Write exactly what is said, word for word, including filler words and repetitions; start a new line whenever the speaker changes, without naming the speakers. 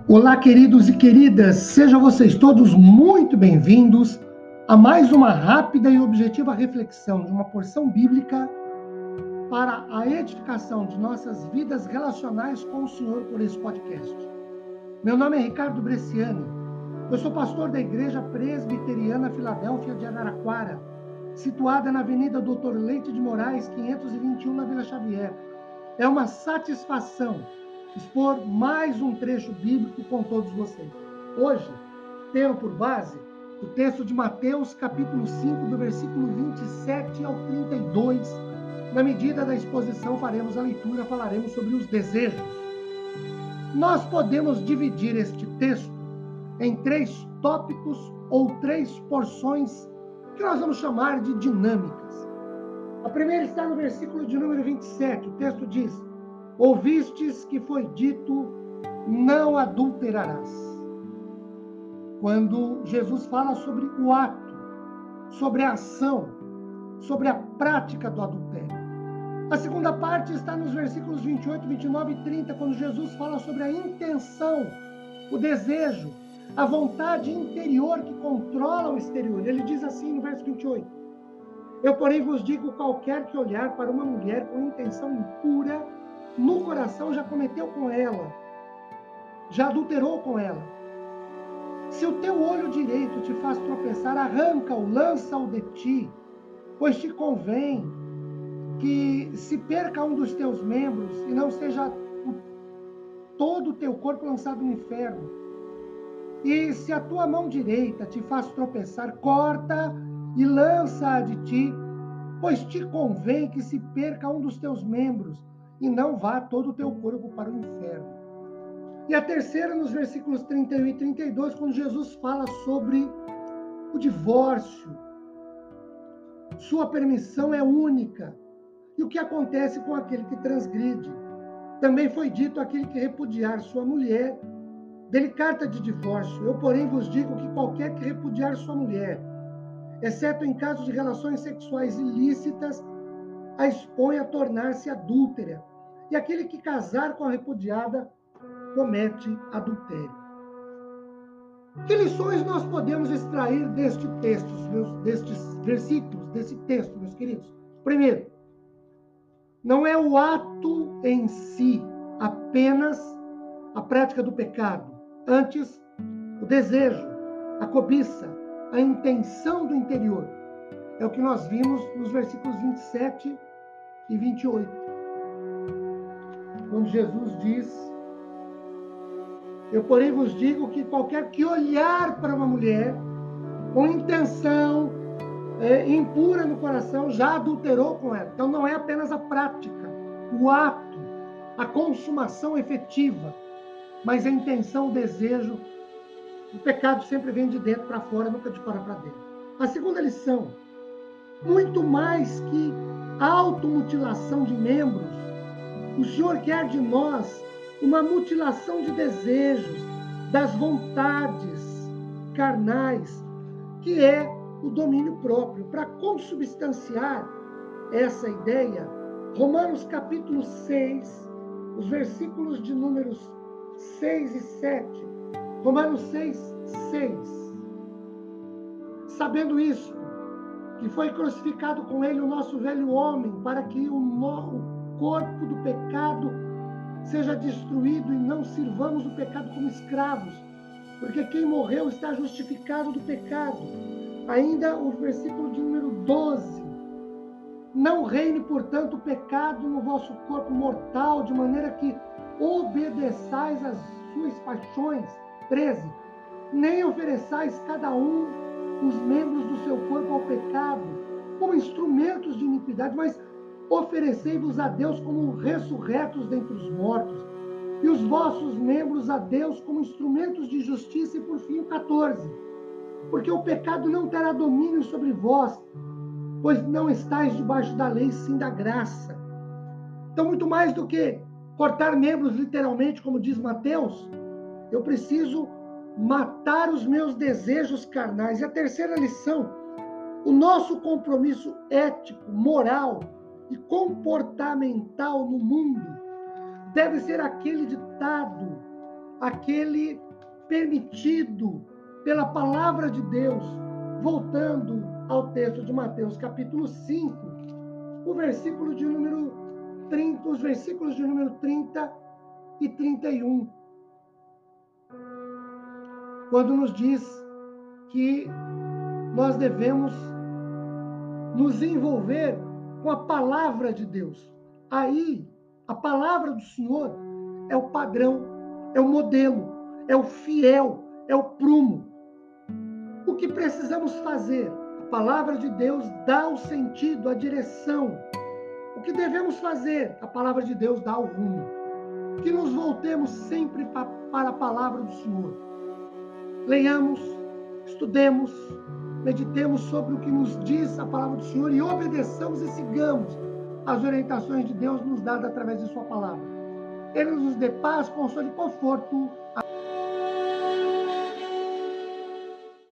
Olá, queridos e queridas, sejam vocês todos muito bem-vindos a mais uma rápida e objetiva reflexão de uma porção bíblica para a edificação de nossas vidas relacionais com o Senhor por esse podcast. Meu nome é Ricardo Bresciani, eu sou pastor da Igreja Presbiteriana Filadélfia de Araraquara, situada na Avenida doutor Leite de Moraes, quinhentos e vinte e um, na Vila Xavier. É uma satisfação expor mais um trecho bíblico com todos vocês. Hoje, tendo por base o texto de Mateus, capítulo cinco, do versículo vinte e sete ao trinta e dois. Na medida da exposição, faremos a leitura, falaremos sobre os desejos. Nós podemos dividir este texto em três tópicos ou três porções que nós vamos chamar de dinâmicas. A primeira está no versículo de número vinte e sete. O texto diz: ouvistes que foi dito, não adulterarás. Quando Jesus fala sobre o ato, sobre a ação, sobre a prática do adultério. A segunda parte está nos versículos vinte e oito, vinte e nove e trinta, quando Jesus fala sobre a intenção, o desejo, a vontade interior que controla o exterior. Ele diz assim no verso vinte e oito: eu, porém, vos digo, qualquer que olhar para uma mulher com intenção impura, no coração já cometeu com ela, já adulterou com ela. Se o teu olho direito te faz tropeçar, arranca-o, lança-o de ti, pois te convém que se perca um dos teus membros e não seja todo o teu corpo lançado no inferno. E se a tua mão direita te faz tropeçar, corta e lança-a de ti, pois te convém que se perca um dos teus membros e não vá todo o teu corpo para o inferno. E a terceira, nos versículos trinta e um e trinta e dois, quando Jesus fala sobre o divórcio. Sua permissão é única. E o que acontece com aquele que transgride? Também foi dito aquele que repudiar sua mulher, dele carta de divórcio. Eu, porém, vos digo que qualquer que repudiar sua mulher, exceto em caso de relações sexuais ilícitas, a expõe a tornar-se adúltera. E aquele que casar com a repudiada comete adultério. Que lições nós podemos extrair deste texto, meus, destes versículos, desse texto, meus queridos? Primeiro, não é o ato em si apenas a prática do pecado. Antes, o desejo, a cobiça, a intenção do interior. É o que nós vimos nos versículos vinte e sete e vinte e oito. Quando Jesus diz: eu, porém, vos digo que qualquer que olhar para uma mulher com intenção é, impura no coração, já adulterou com ela. Então não é apenas a prática, o ato, a consumação efetiva, mas a intenção, o desejo. O pecado sempre vem de dentro para fora, nunca de fora para dentro. A segunda lição: muito mais que automutilação de membros, o Senhor quer de nós uma mutilação de desejos, das vontades carnais, que é o domínio próprio. Para consubstanciar essa ideia, Romanos capítulo seis, os versículos de números seis e sete. Romanos seis, seis. Sabendo isso, que foi crucificado com ele o nosso velho homem, para que o, no, o corpo do pecado seja destruído e não sirvamos o pecado como escravos, porque quem morreu está justificado do pecado. Ainda o versículo de número doze. Não reine, portanto, o pecado no vosso corpo mortal, de maneira que obedeçais às suas paixões. treze. Nem ofereçais cada um os membros do seu corpo ao pecado, como instrumentos de iniquidade, mas oferecei-vos a Deus como ressurretos dentre os mortos, e os vossos membros a Deus como instrumentos de justiça. E por fim, o quatorze. Porque o pecado não terá domínio sobre vós, pois não estáis debaixo da lei, sim da graça. Então, muito mais do que cortar membros literalmente, como diz Mateus, eu preciso matar os meus desejos carnais. E a terceira lição: o nosso compromisso ético, moral e comportamental no mundo deve ser aquele ditado aquele permitido pela palavra de Deus. Voltando ao texto de Mateus, capítulo cinco, o versículo de número trinta, os versículos de número trinta e trinta e um, quando nos diz que nós devemos nos envolver com a palavra de Deus. Aí, a palavra do Senhor é o padrão, é o modelo, é o fiel, é o prumo. O que precisamos fazer? A palavra de Deus dá o sentido, a direção. O que devemos fazer? A palavra de Deus dá o rumo. Que nos voltemos sempre para a palavra do Senhor. Leiamos, estudemos, meditemos sobre o que nos diz a palavra do Senhor e obedeçamos e sigamos as orientações de Deus nos dadas através de sua palavra. Ele nos dê paz, consolo e conforto.